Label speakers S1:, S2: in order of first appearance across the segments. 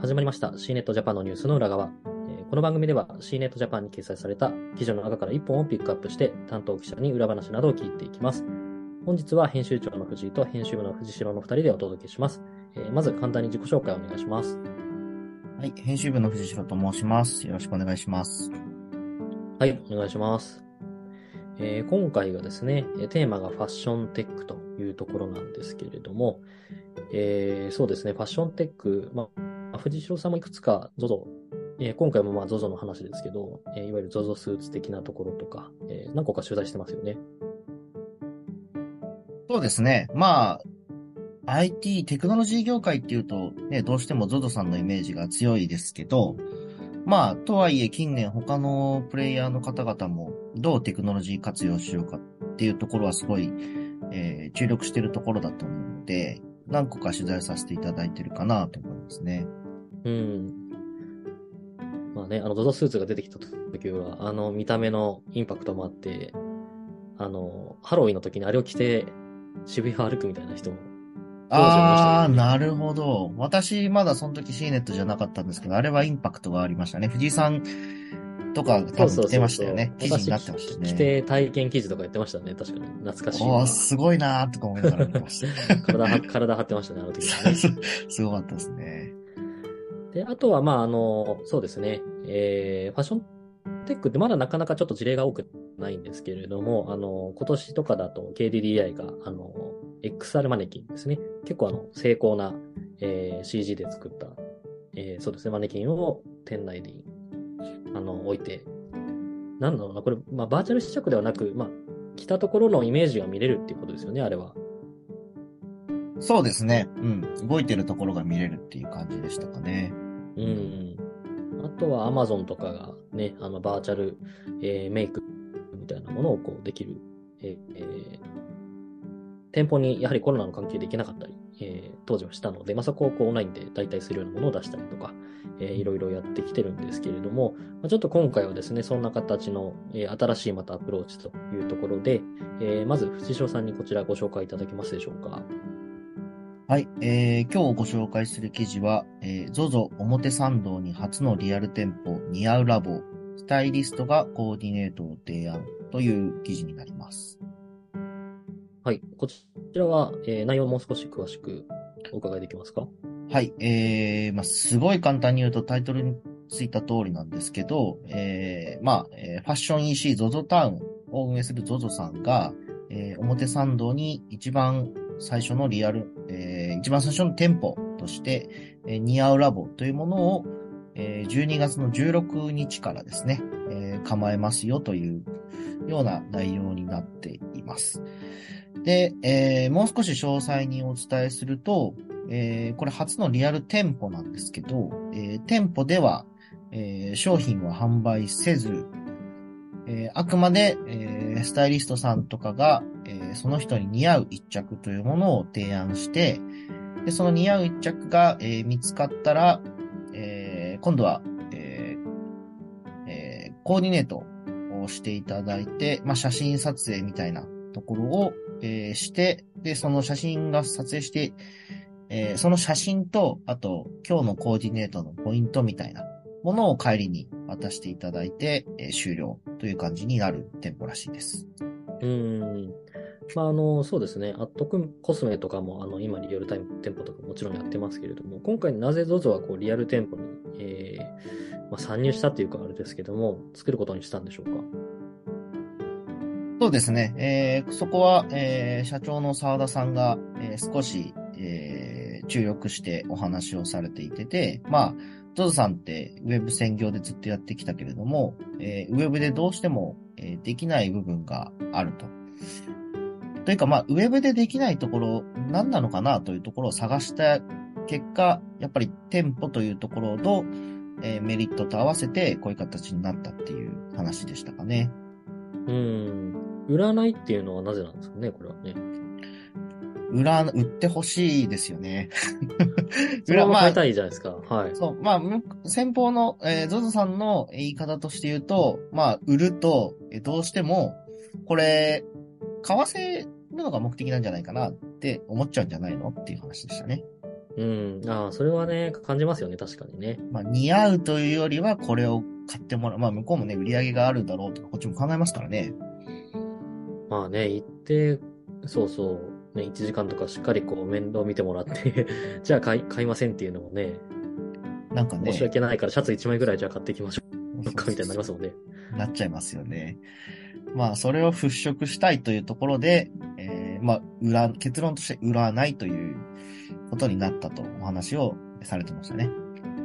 S1: 始まりました C ネットジャパンのニュースの裏側。この番組では C ネットジャパンに掲載された記事の中から1本をピックアップして担当記者に裏話などを聞いていきます。本日は編集長の藤井と編集部の藤代の2人でお届けします。まず簡単に自己紹介をお願いします。
S2: はい、編集部の藤代と申します。よろしくお願いします。
S1: はい、お願いします。今回がですね、テーマがファッションテックというところなんですけれども、そうですね、ファッションテック、藤代さんもいくつか ZOZO、今回もZOZO の話ですけど、いわゆる ZOZO スーツ的なところとか、何個か取材してますよね。
S2: そうですね。IT テクノロジー業界っていうと、ね、どうしても ZOZO さんのイメージが強いですけど、とはいえ近年他のプレイヤーの方々もどうテクノロジー活用しようかっていうところはすごい、注力しているところだと思うので、何個か取材させていただいてるかなと思いますね。
S1: うん。ZOZO スーツが出てきた時は、見た目のインパクトもあって、ハロウィンの時にあれを着て渋谷を歩くみたいな人も当時はいましたけどね。
S2: なるほど。私、まだその時 C ネットじゃなかったんですけど、あれはインパクトがありましたね。藤井さんとか多分来てましたよね。記事になってました
S1: 着
S2: ね。
S1: て体験記事とかやってましたね。確かに。懐かしいわ。
S2: すごいなーとか思いながら見てました。
S1: 体張ってましたね、あの時はね。
S2: すごかったですね。
S1: で、あとは、そうですね。ファッションテックってまだなかなかちょっと事例が多くないんですけれども、今年とかだと KDDI が、XR マネキンですね。結構精巧な、CG で作った、そうですね、マネキンを店内に、置いて、なんだろうな、これ、バーチャル試着ではなく、着たところのイメージが見れるっていうことですよね、あれは。
S2: そうですね。うん。動いてるところが見れるっていう感じでしたかね。
S1: うん。あとは Amazon とかがね、バーチャル、メイクみたいなものをこうできる、店舗にやはりコロナの関係で行けなかったり、当時はしたので、そこをこうオンラインで代替するようなものを出したりとか、いろいろやってきてるんですけれども、ちょっと今回はですね、そんな形の、新しいまたアプローチというところで、まず藤代さんにこちらご紹介いただけますでしょうか。
S2: はい。今日ご紹介する記事は、ZOZO 表参道に初のリアル店舗似合うラボ、スタイリストがコーディネートを提案という記事になります。
S1: はい。こちらは、内容をもう少し詳しくお伺いできますか？
S2: はい。すごい簡単に言うとタイトルについた通りなんですけど、ファッション EC ZOZO タウンを運営する ZOZO さんが、表参道に一番最初の店舗として、似合うラボというものを、12月の16日からですね、構えますよというような内容になっています。で、もう少し詳細にお伝えすると、これ初のリアル店舗なんですけど、店舗では、商品は販売せず、あくまで、スタイリストさんとかが、その人に似合う一着というものを提案して、で、その似合う一着が、見つかったら、今度は、コーディネートをしていただいて、写真撮影みたいなところを、して、で、その写真が撮影して、その写真と、あと、今日のコーディネートのポイントみたいなものを帰りに渡していただいて、終了という感じになる店舗らしいです。
S1: うーん。そうですね。アットコスメとかも、今リアルタイム店舗とかもちろんやってますけれども、今回なぜ ZOZO はこうリアル店舗に、参入したっていうかあれですけども、作ることにしたんでしょうか？
S2: そうですね。そこは、社長の澤田さんが、少し、注力してお話をされていて、ZOZO さんってウェブ専業でずっとやってきたけれども、ウェブでどうしても、できない部分があると。というか、ウェブでできないところ、何なのかなというところを探した結果、やっぱり店舗というところと、メリットと合わせてこういう形になったっていう話でしたかね。
S1: 売らないっていうのはなぜなんですかね、これはね。
S2: 売ってほしいですよね。
S1: そのまま買いたいじゃないですか。はい。
S2: そう、先方の、ZOZO さんの言い方として言うと、売ると、どうしても、これ、買わせるのが目的なんじゃないかなって思っちゃうんじゃないのっていう話でしたね。
S1: うん。ああ、それはね、感じますよね。確かにね。
S2: まあ、似合うというよりは、これを買ってもらう。まあ、向こうもね、売り上げがあるだろうとか、こっちも考えますからね。
S1: まあね、行って、そうそう、ね、1時間とかしっかりこう面倒見てもらってじゃあ買いませんっていうのもね、申し
S2: なんかね、
S1: 訳ないからシャツ1枚ぐらいじゃあ買っていきましょ
S2: そう
S1: うかみたいになり
S2: そうそうそ
S1: ますもんね。
S2: うなっちゃいますよね。まあ、それを払拭したいというところで、まあ、結論として売らないということになったとお話をされてましたね。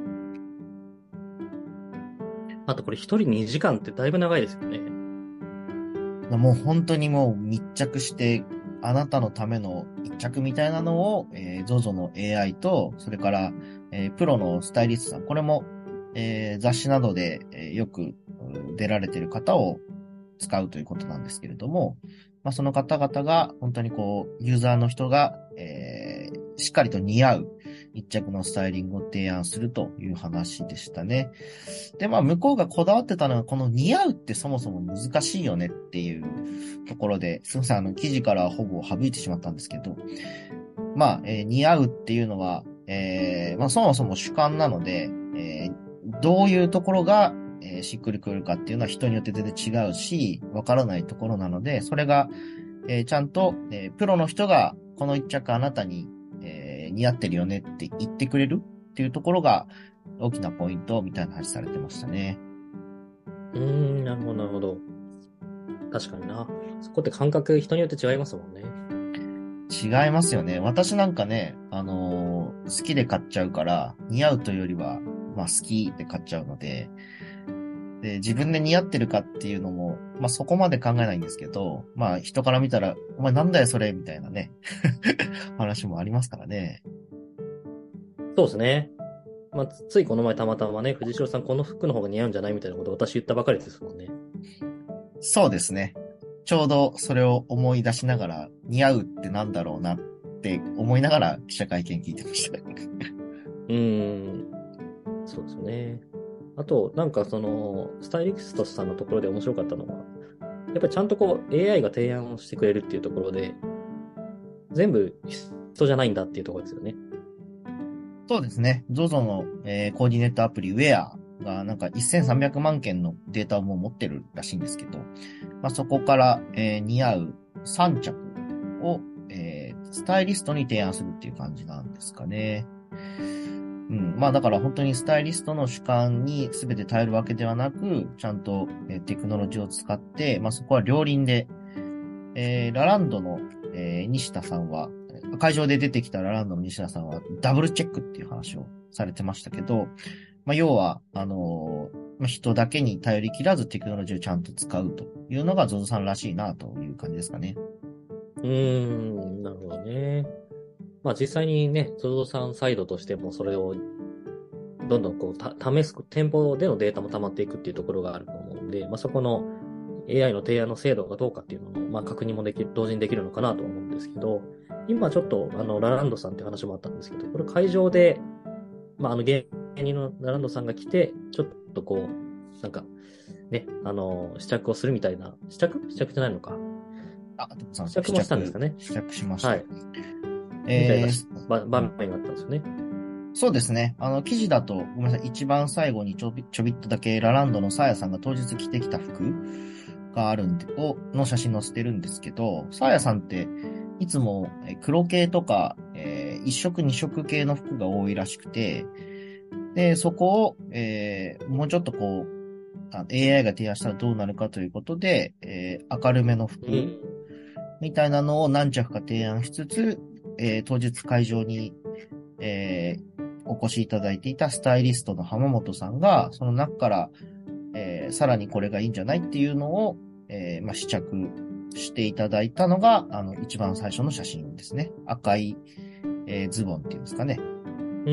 S1: あとこれ一人2時間ってだいぶ長いですよね。
S2: もう本当にもう密着して、あなたのための一着みたいなのを、ZOZO の AI と、それから、プロのスタイリストさん、これも、雑誌などで、よく出られている方を使うということなんですけれども、まあ、その方々が本当にこう、ユーザーの人が、しっかりと似合う一着のスタイリングを提案するという話でしたね。で、まあ、向こうがこだわってたのは、この似合うってそもそも難しいよねっていうところで、すみません、記事からほぼ省いてしまったんですけど、まあ、似合うっていうのは、まあ、そもそも主観なので、どういうところが、しっくりくるかっていうのは人によって全然違うし、わからないところなので、それが、ちゃんと、プロの人が、この一着あなたに、似合ってるよねって言ってくれるっていうところが、大きなポイントみたいな話されてましたね。
S1: なるほど、なるほど。確かにな。そこって感覚人によって違いますもんね。
S2: 違いますよね。私なんかね、好きで買っちゃうから、似合うというよりは、まあ好きで買っちゃうので、で、自分で似合ってるかっていうのも、まあそこまで考えないんですけど、まあ人から見たら、お前なんだよそれみたいなね、話もありますからね。
S1: そうですね。まあ、ついこの前たまたまね、藤代さんこの服の方が似合うんじゃないみたいなことを私言ったばかりですもんね。
S2: そうですね。ちょうどそれを思い出しながら、似合うってなんだろうなって思いながら記者会見聞いてました。
S1: うーん、そうですよね。あと、なんかその、スタイリストさんのところで面白かったのは、やっぱりちゃんとこう AI が提案をしてくれるっていうところで、全部人じゃないんだっていうところですよね。
S2: そうですね。ZOZO の、コーディネートアプリ Wear がなんか1300万件のデータをもう持ってるらしいんですけど、まあ、そこから、似合う3着を、スタイリストに提案するっていう感じなんですかね。うん。まあだから本当にスタイリストの主観に全て頼るわけではなく、ちゃんと、テクノロジーを使って、まあそこは両輪で、ラランドの、西田さんは、会場で出てきたラランドの西田さんはダブルチェックっていう話をされてましたけど、まあ要は、まあ、人だけに頼り切らずテクノロジーをちゃんと使うというのが ZOZO さんらしいなという感じですかね。
S1: なるほどね。まあ実際にね、ゾゾさんサイドとしてもそれをどんどんこう試す、店舗でのデータも溜まっていくっていうところがあると思うんで、まあそこの AI の提案の精度がどうかっていうのの、まあ確認もできる、同時にできるのかなと思うんですけど、今ちょっとラランドさんって話もあったんですけど、これ会場で、まあ芸人のラランドさんが来て、ちょっとこう、なんか、ね、試着をするみたいな、試着じゃないのか。
S2: あ、でもさん、
S1: 試着もしたんですかね。
S2: 試着しました。
S1: はい。みたいな場
S2: うん、
S1: 面があったんですよね。
S2: そうですね。記事だと、ごめんなさい。一番最後にちょびっとだけラランドのサーヤさんが当日着てきた服があるんで、の写真載せてるんですけど、サーヤさんっていつも黒系とか、一色二色系の服が多いらしくて、で、そこを、もうちょっとこう、AI が提案したらどうなるかということで、明るめの服みたいなのを何着か提案しつつ、当日会場に、お越しいただいていたスタイリストの浜本さんが、その中から、さらにこれがいいんじゃないっていうのを、まあ、試着していただいたのが、一番最初の写真ですね。赤い、ズボンっていうんですかね。
S1: うん。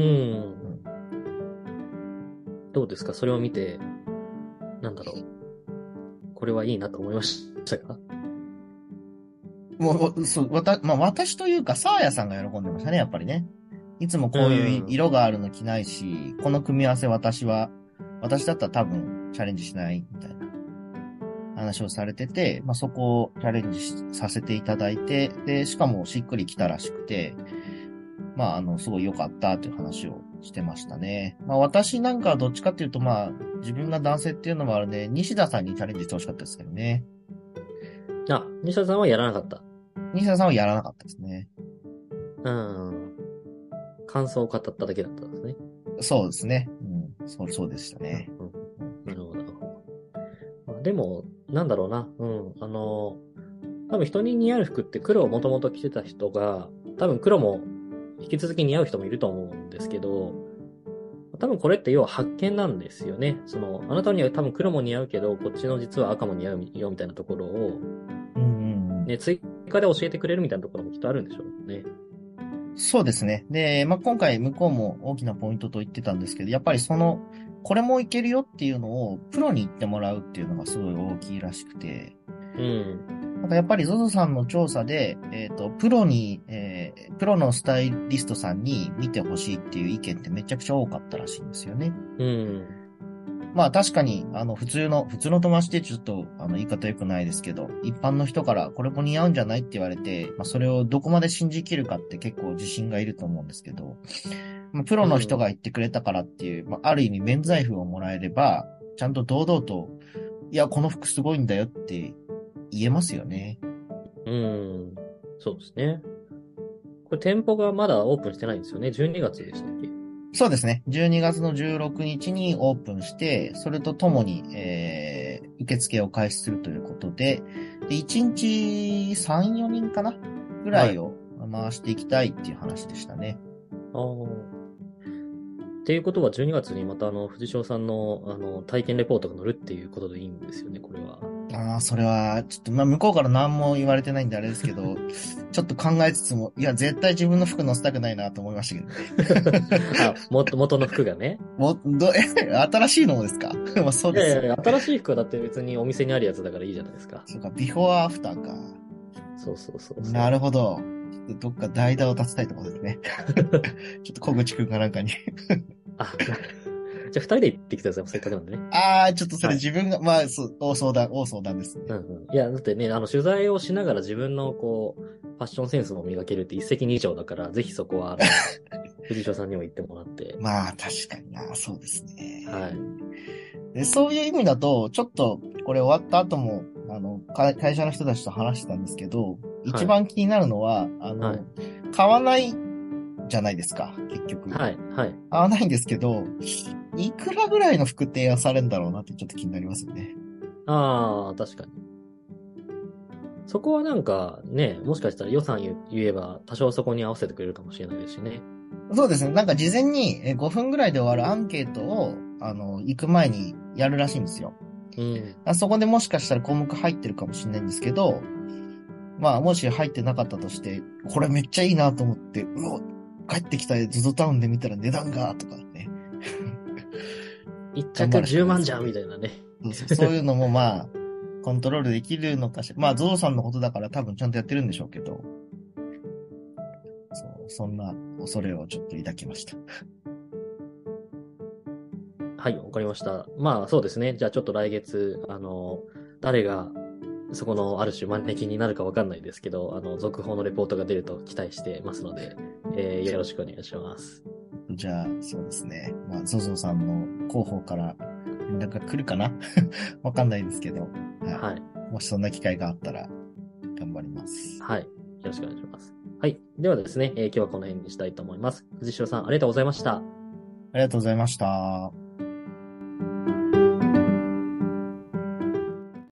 S1: どうですかそれを見て、なんだろう。これはいいなと思いましたか？
S2: もう、そう、まあ、私というか、サーヤさんが喜んでましたね、やっぱりね。いつも
S1: う
S2: こういう
S1: ん。
S2: 色があるの着ないし、この組み合わせ私だったら多分チャレンジしない、みたいな話をされてて、まあ、そこをチャレンジさせていただいて、で、しかもしっくりきたらしくて、 まあ、すごい良かったという話をしてましたね。まあ、私なんかはどっちかっていうと、まあ、自分が男性っていうのもあるので、西田さんにチャレンジしてほしかったですけどね。
S1: あ、西田さんはやらなかった。
S2: 西田さんはやらなかったですね。
S1: うん。感想を語っただけだったんですね。
S2: そうですね。そうでした
S1: うん
S2: ね。
S1: なるほど。まあでも、なんだろうな。多分人に似合う服って黒をもともと着てた人が、多分黒も引き続き似合う人もいると思うんですけど、多分これって要は発見なんですよね。あなたには多分黒も似合うけど、こっちの実は赤も似合うよみたいなところを、ね、追加で教えてくれるみたいなところもきっとあるんでしょうね。
S2: そうですね。で、まあ、今回向こうも大きなポイントと言ってたんですけど、やっぱりこれもいけるよっていうのをプロに言ってもらうっていうのがすごい大きいらしくて、
S1: うん。
S2: なんかやっぱり ZOZO さんの調査で、プロのスタイリストさんに見てほしいっていう意見ってめちゃくちゃ多かったらしいんですよね。
S1: うん。
S2: まあ確かに、普通の友達ってちょっと、言い方良くないですけど、一般の人からこれも似合うんじゃないって言われて、まあそれをどこまで信じきるかって結構自信がいると思うんですけど、まあ、プロの人が言ってくれたからっていう、まあある意味免罪符をもらえれば、ちゃんと堂々と、いや、この服すごいんだよって言えますよね。
S1: うん。そうですね。これ店舗がまだオープンしてないんですよね。12月でしたっけ？
S2: そうですね。12月の16日にオープンして、それとともに、受付を開始するということで、1日3、4人かなぐらいを回していきたいっていう話でしたね。
S1: ああ。っていうことは12月にまた藤代さんの体験レポートが載るっていうことでいいんですよね、これは。
S2: ああ、それは、ちょっと、まあ、向こうから何も言われてないんであれですけど、ちょっと考えつつも、いや、絶対自分の服載せたくないなと思いましたけどね。
S1: 元の服がね。
S2: 新しいのもですか？まあ、そうですよ。
S1: いやいや、新しい服はだって別にお店にあるやつだからいいじゃないですか。
S2: そうか、ビフォーアフターか。
S1: そうそうそうそう。
S2: なるほど。どっか代打を立てたいところですね。ちょっと小口くんかなんかに
S1: あ、じゃあ二人で行ってきてください、せっかくなんでね。
S2: ちょっとそれ自分が、まあ、そう、大相談ですね。
S1: いや、だってね、取材をしながら自分のファッションセンスも磨けるって一石二鳥だから、ぜひそこは、藤代さんにも行ってもらって。
S2: まあ、確かにな、そうですね。
S1: はい。
S2: で、そういう意味だと、ちょっと、これ終わった後も、会社の人たちと話してたんですけど、一番気になるのは、買わないじゃないですか、結局。
S1: はい、はい。
S2: 買わないんですけど、いくらぐらいの服提案されるんだろうなってちょっと気になりますよね。
S1: ああ、確かに。そこはなんかね、もしかしたら予算言えば多少そこに合わせてくれるかもしれないですしね。
S2: そうですね。なんか事前に5分ぐらいで終わるアンケートを、行く前にやるらしいんですよ。
S1: うん。
S2: そこでもしかしたら項目入ってるかもしれないんですけど、まあ、もし入ってなかったとして、これめっちゃいいなと思って、帰ってきたZOZOタウンで見たら値段が、とかね。
S1: 一着10万じゃんみたいなね。
S2: そういうのもまあ、コントロールできるのかしら。まあ、ZOZOさんのことだから多分ちゃんとやってるんでしょうけど、そんな恐れをちょっと抱きました。
S1: はい、わかりました。まあ、そうですね。じゃあちょっと来月、誰がそこのある種マネキンになるかわかんないですけど、続報のレポートが出ると期待してますので、よろしくお願いします。
S2: じゃあ、そうですね。まあ、ZOZOさんの広報から連絡が来るかなわかんないですけど、
S1: はい。
S2: もしそんな機会があったら、頑張ります。
S1: はい。よろしくお願いします。はい。ではですね、今日はこの辺にしたいと思います。藤代さん、ありがとうございました。
S2: ありがとうございました。